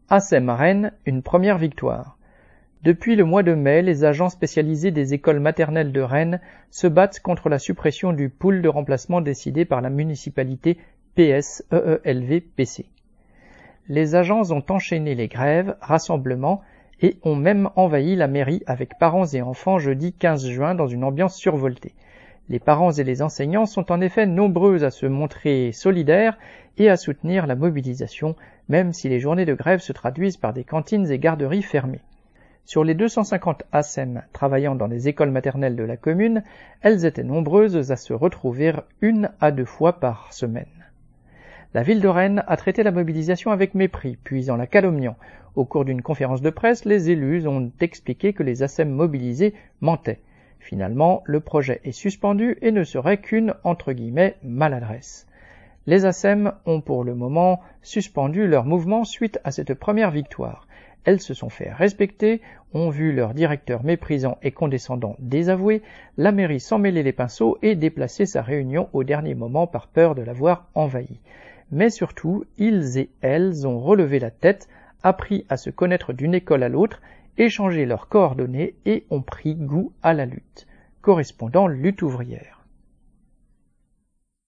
ASEM Rennes, une première victoire. Depuis le mois de mai, les agents spécialisés des écoles maternelles de Rennes se battent contre la suppression du pool de remplacement décidé par la municipalité PS-EELV-PC. Les agents ont enchaîné les grèves, rassemblements et ont même envahi la mairie avec parents et enfants jeudi 15 juin dans une ambiance survoltée. Les parents et les enseignants sont en effet nombreux à se montrer solidaires et à soutenir la mobilisation, même si les journées de grève se traduisent par des cantines et garderies fermées. Sur les 250 ASEM travaillant dans les écoles maternelles de la commune, elles étaient nombreuses à se retrouver 1 à 2 fois par semaine. La ville de Rennes a traité la mobilisation avec mépris, puis en la calomniant. Au cours d'une conférence de presse, les élus ont expliqué que les ASEM mobilisés mentaient. Finalement, le projet est suspendu et ne serait qu'une « maladresse ». Les ASEM ont pour le moment suspendu leur mouvement suite à cette première victoire. Elles se sont fait respecter, ont vu leur directeur méprisant et condescendant désavoué, la mairie s'en mêler les pinceaux et déplacer sa réunion au dernier moment par peur de l'avoir envahie. Mais surtout, ils et elles ont relevé la tête, appris à se connaître d'une école à l'autre, échangé leurs coordonnées et ont pris goût à la lutte. Correspondant Lutte ouvrière.